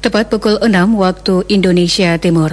Tepat pukul 6 waktu Indonesia Timur.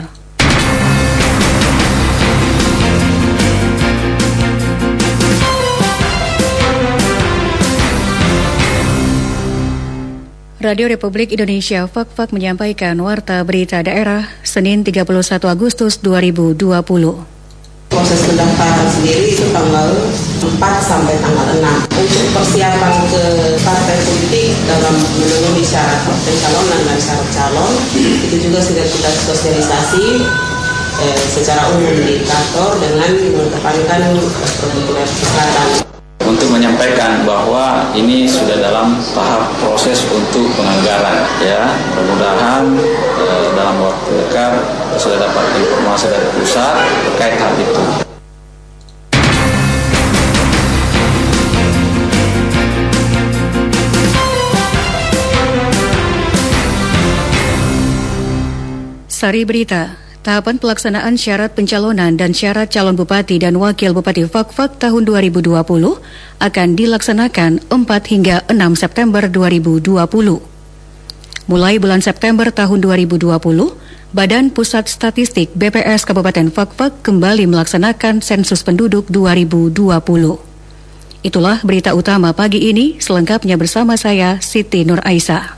Radio Republik Indonesia Fak-Fak menyampaikan Warta Berita Daerah Senin 31 Agustus 2020. Proses pendaftaran sendiri itu tanggal 4 sampai tanggal 6. Untuk persiapan ke partai politik dalam memenuhi syarat pencalonan dan syarat calon, itu juga sudah kita sosialisasi secara umum di kantor dengan mengedepankan kebutuhan kesehatan. Untuk menyampaikan bahwa ini sudah dalam tahap proses untuk penganggaran, ya. Mudah-mudahan dalam waktu dekat sudah dapat informasi dari pusat terkait hal itu. Sari Berita. Tahapan pelaksanaan syarat pencalonan dan syarat calon bupati dan wakil bupati Fak-Fak tahun 2020 akan dilaksanakan 4 hingga 6 September 2020. Mulai bulan September tahun 2020, Badan Pusat Statistik BPS Kabupaten Fak-Fak kembali melaksanakan sensus penduduk 2020. Itulah berita utama pagi ini, selengkapnya bersama saya Siti Nur Aisyah.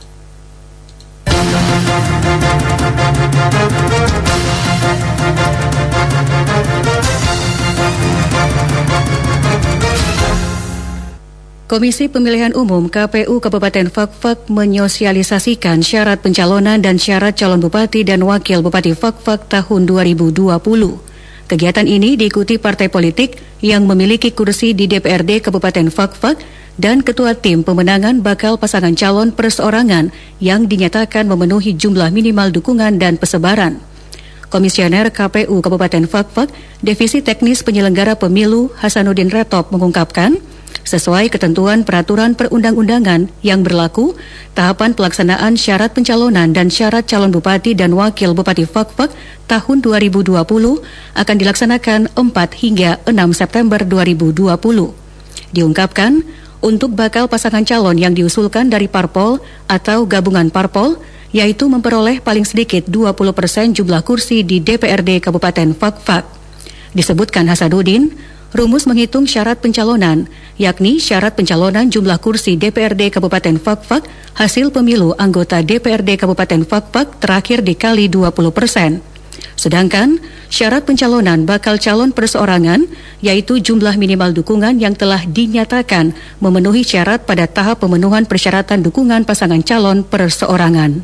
Komisi Pemilihan Umum KPU Kabupaten Fak-Fak menyosialisasikan syarat pencalonan dan syarat calon bupati dan wakil bupati Fak-Fak tahun 2020. Kegiatan ini diikuti partai politik yang memiliki kursi di DPRD Kabupaten Fak-Fak dan ketua tim pemenangan bakal pasangan calon perseorangan yang dinyatakan memenuhi jumlah minimal dukungan dan persebaran. Komisioner KPU Kabupaten Fak-Fak, Divisi Teknis Penyelenggara Pemilu Hasanuddin Retop mengungkapkan, sesuai ketentuan peraturan perundang-undangan yang berlaku, tahapan pelaksanaan syarat pencalonan dan syarat calon bupati dan wakil bupati Fak-Fak tahun 2020 akan dilaksanakan 4 hingga 6 September 2020. Diungkapkan, untuk bakal pasangan calon yang diusulkan dari parpol atau gabungan parpol, yaitu memperoleh paling sedikit 20% jumlah kursi di DPRD Kabupaten Fak-Fak. Disebutkan Hasanuddin, rumus menghitung syarat pencalonan, yakni syarat pencalonan jumlah kursi DPRD Kabupaten Fak-Fak hasil pemilu anggota DPRD Kabupaten Fak-Fak terakhir dikali 20%. Sedangkan syarat pencalonan bakal calon perseorangan, yaitu jumlah minimal dukungan yang telah dinyatakan memenuhi syarat pada tahap pemenuhan persyaratan dukungan pasangan calon perseorangan.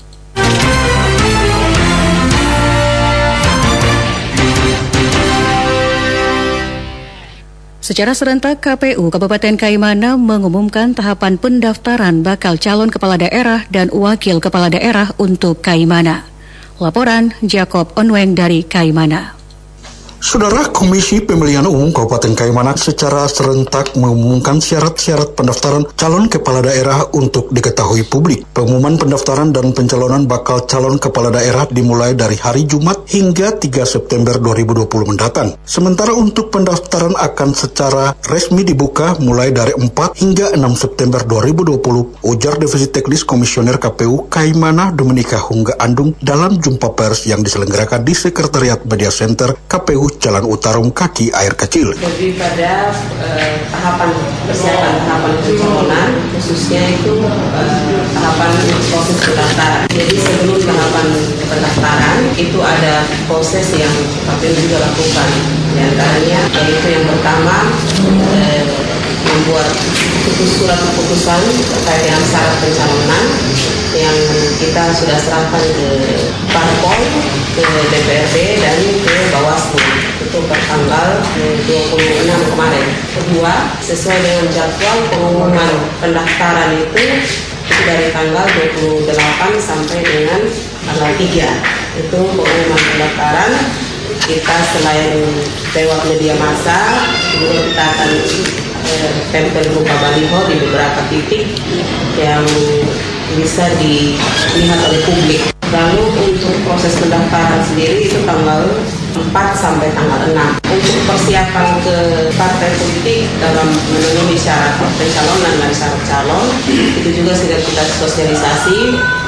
Secara serentak, KPU Kabupaten Kaimana mengumumkan tahapan pendaftaran bakal calon kepala daerah dan wakil kepala daerah untuk Kaimana. Laporan Jacob Onweng dari Kaimana. Saudara, Komisi Pemilihan Umum Kabupaten Kaimana secara serentak mengumumkan syarat-syarat pendaftaran calon kepala daerah untuk diketahui publik. Pengumuman pendaftaran dan pencalonan bakal calon kepala daerah dimulai dari hari Jumat hingga 3 September 2020 mendatang. Sementara untuk pendaftaran akan secara resmi dibuka mulai dari 4 hingga 6 September 2020, ujar Divisi Teknis Komisioner KPU Kaimana Dominika Hungga Andung dalam jumpa pers yang diselenggarakan di Sekretariat Media Center KPU Jalan Utarum Kaki Air Kecil. Lebih pada persiapan tahapan pencalonan, khususnya itu tahapan proses pendaftaran. Jadi sebelum tahapan pendaftaran itu ada proses yang KPU juga lakukan. Di antaranya yaitu yang pertama membuat surat keputusan terkait dengan syarat pencalonan yang kita sudah serahkan ke parpol, ke DPRD dan ke Bawaslu itu pertanggal 26 kemarin. Kedua, sesuai dengan jadwal pengumuman pendaftaran itu dari tanggal 28 sampai dengan tanggal 3. Itu pengumuman pendaftaran. Kita selain lewat media massa, juga kita akan tempel berupa baliho di beberapa titik yang bisa dilihat oleh publik. Lalu untuk proses pendaftaran sendiri itu tanggal 4 sampai tanggal 6. Untuk persiapan ke partai politik dalam memenuhi syarat pencalonan dan syarat calon, itu juga sudah kita sosialisasi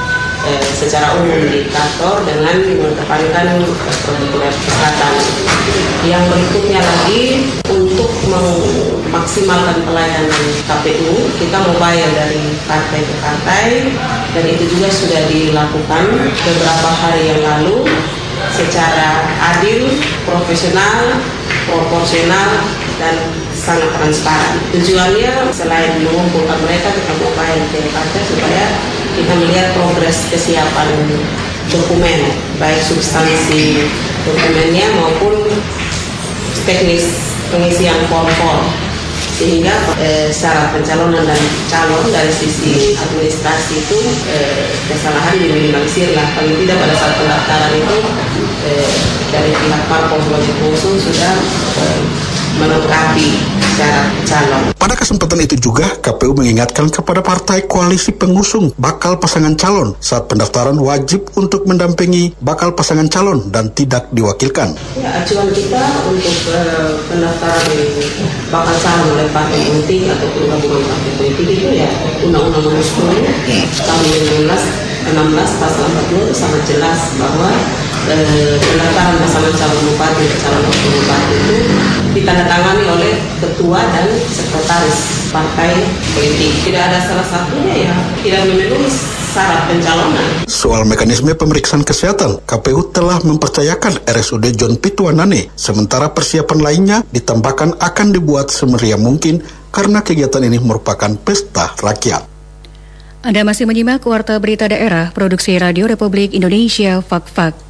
secara umum di kantor dengan mengedepankan protokol kesehatan. Yang berikutnya lagi, untuk memaksimalkan pelayanan KPU, kita mobile dari partai ke partai, dan itu juga sudah dilakukan beberapa hari yang lalu secara adil, profesional, proporsional, dan sangat transparan. Tujuannya selain mengumpulkan mereka, kita mobile dari partai supaya kita melihat progres kesiapan dokumen, baik substansi dokumennya maupun teknis pengisian form-form, sehingga syarat pencalonan dan calon dari sisi administrasi itu kesalahan diminimalisir lah. Paling tidak pada saat pendaftaran itu dari pihak parpol sebagai pengusung sudah melengkapi syarat calon. Pada kesempatan itu juga, KPU mengingatkan kepada partai koalisi pengusung bakal pasangan calon saat pendaftaran wajib untuk mendampingi bakal pasangan calon dan tidak diwakilkan. Ya, acuan kita untuk pendaftaran bakal calon oleh partai politik atau gabungan partai politik itu ya Undang-Undang Nomor 10 tahun 2016 pasal 42 itu sangat jelas bahwa pendaftaran pasangan calon bupati dan calon wakil bupati itu ditandatangani oleh ketua dan sekretaris partai politik. Tidak ada salah satunya yang tidak memenuhi syarat pencalonan. Soal mekanisme pemeriksaan kesehatan, KPU telah mempercayakan RSUD John Pituanane, sementara persiapan lainnya ditambahkan akan dibuat semeriah mungkin karena kegiatan ini merupakan pesta rakyat. Anda masih menyimak Warta Berita Daerah, Produksi Radio Republik Indonesia, Fak-Fak.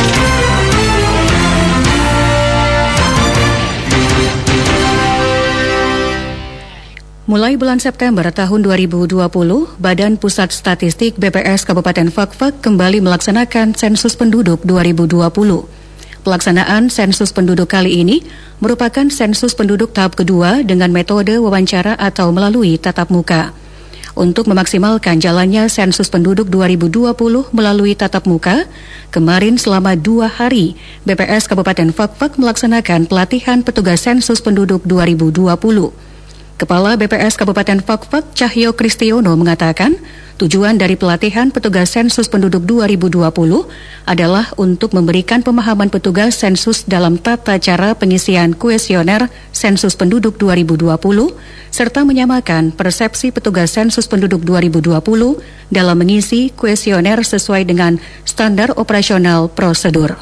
Mulai bulan September tahun 2020, Badan Pusat Statistik BPS Kabupaten Fak-Fak kembali melaksanakan sensus penduduk 2020. Pelaksanaan sensus penduduk kali ini merupakan sensus penduduk tahap kedua dengan metode wawancara atau melalui tatap muka. Untuk memaksimalkan jalannya sensus penduduk 2020 melalui tatap muka, kemarin selama 2 hari, BPS Kabupaten Fak-Fak melaksanakan pelatihan petugas sensus penduduk 2020. Kepala BPS Kabupaten Fak-Fak Cahyo Kristiono mengatakan, tujuan dari pelatihan petugas sensus penduduk 2020 adalah untuk memberikan pemahaman petugas sensus dalam tata cara pengisian kuesioner sensus penduduk 2020, serta menyamakan persepsi petugas sensus penduduk 2020 dalam mengisi kuesioner sesuai dengan standar operasional prosedur.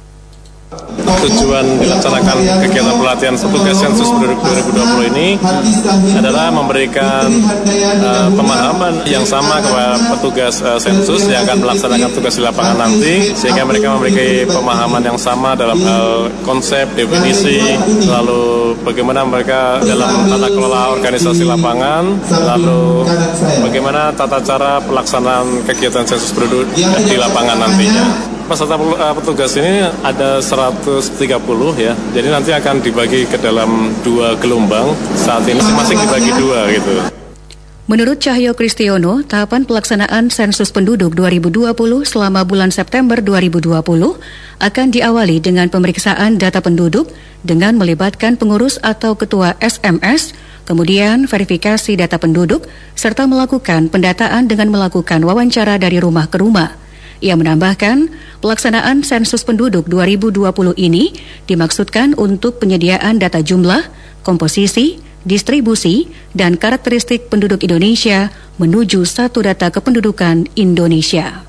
Tujuan dilaksanakan kegiatan pelatihan petugas sensus penduduk 2020 ini adalah memberikan pemahaman yang sama kepada petugas sensus yang akan melaksanakan tugas di lapangan nanti, sehingga mereka memiliki pemahaman yang sama dalam hal konsep, definisi, lalu bagaimana mereka dalam tata kelola organisasi lapangan, lalu bagaimana tata cara pelaksanaan kegiatan sensus penduduk di lapangan nantinya. Peserta petugas ini ada 130 ya, jadi nanti akan dibagi ke dalam 2 gelombang. Saat ini masing-masing dibagi 2 gitu. Menurut Cahyo Kristiono, tahapan pelaksanaan sensus penduduk 2020 selama bulan September 2020 akan diawali dengan pemeriksaan data penduduk dengan melibatkan pengurus atau ketua SMS, kemudian verifikasi data penduduk, serta melakukan pendataan dengan melakukan wawancara dari rumah ke rumah. Ia menambahkan, pelaksanaan sensus penduduk 2020 ini dimaksudkan untuk penyediaan data jumlah, komposisi, distribusi, dan karakteristik penduduk Indonesia menuju satu data kependudukan Indonesia.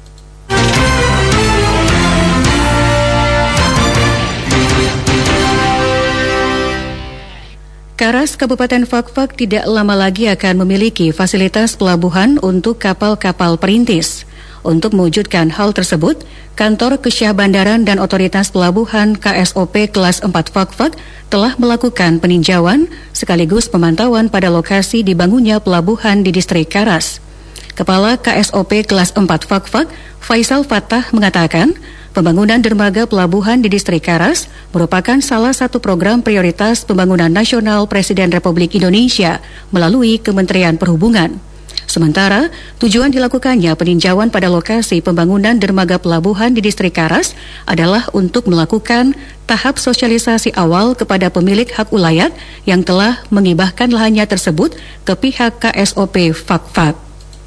Karas Kabupaten Fak-Fak tidak lama lagi akan memiliki fasilitas pelabuhan untuk kapal-kapal perintis. Untuk mewujudkan hal tersebut, Kantor Kesyah Bandaran dan Otoritas Pelabuhan KSOP Kelas 4 Fak-Fak telah melakukan peninjauan sekaligus pemantauan pada lokasi dibangunnya pelabuhan di distrik Karas. Kepala KSOP Kelas 4 Fak-Fak, Faisal Fattah mengatakan, pembangunan dermaga pelabuhan di distrik Karas merupakan salah satu program prioritas pembangunan nasional Presiden Republik Indonesia melalui Kementerian Perhubungan. Sementara, tujuan dilakukannya peninjauan pada lokasi pembangunan dermaga pelabuhan di distrik Karas adalah untuk melakukan tahap sosialisasi awal kepada pemilik hak ulayat yang telah mengibahkan lahannya tersebut ke pihak KSOP Fak-Fak.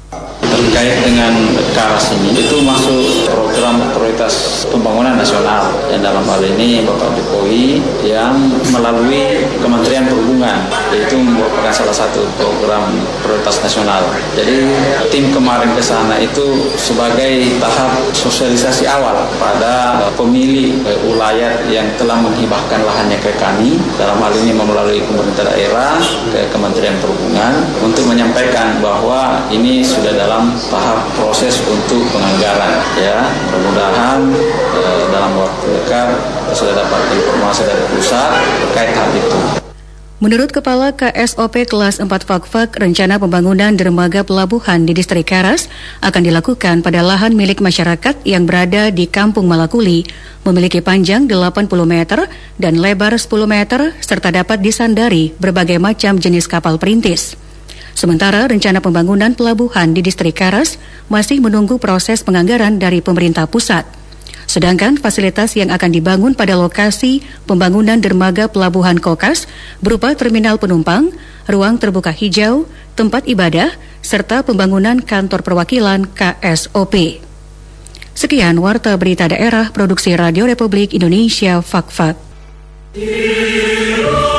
Terkait dengan Karas ini, itu masuk program prioritas pembangunan nasional yang dalam hal ini Bapak Jokowi yang melalui Kementerian Perhubungan, yaitu merupakan salah satu program prioritas nasional. Jadi tim kemarin ke sana itu sebagai tahap sosialisasi awal pada pemilik wilayah yang telah menghibahkan lahannya ke kami, dalam hal ini melalui pemerintah daerah ke Kementerian Perhubungan, untuk menyampaikan bahwa ini sudah dalam tahap proses untuk penganggaran, ya. Mudah-mudahan dalam waktu dekat sudah dapat informasi dari pusat terkait hal itu. Menurut Kepala KSOP Kelas 4 Fakfak, rencana pembangunan dermaga pelabuhan di Distrik Karas akan dilakukan pada lahan milik masyarakat yang berada di Kampung Malakuli, memiliki panjang 80 meter dan lebar 10 meter, serta dapat disandari berbagai macam jenis kapal perintis. Sementara rencana pembangunan pelabuhan di Distrik Karas masih menunggu proses penganggaran dari pemerintah pusat. Sedangkan fasilitas yang akan dibangun pada lokasi pembangunan dermaga pelabuhan Kokas berupa terminal penumpang, ruang terbuka hijau, tempat ibadah, serta pembangunan kantor perwakilan KSOP. Sekian Warta Berita Daerah Produksi Radio Republik Indonesia Fakfak.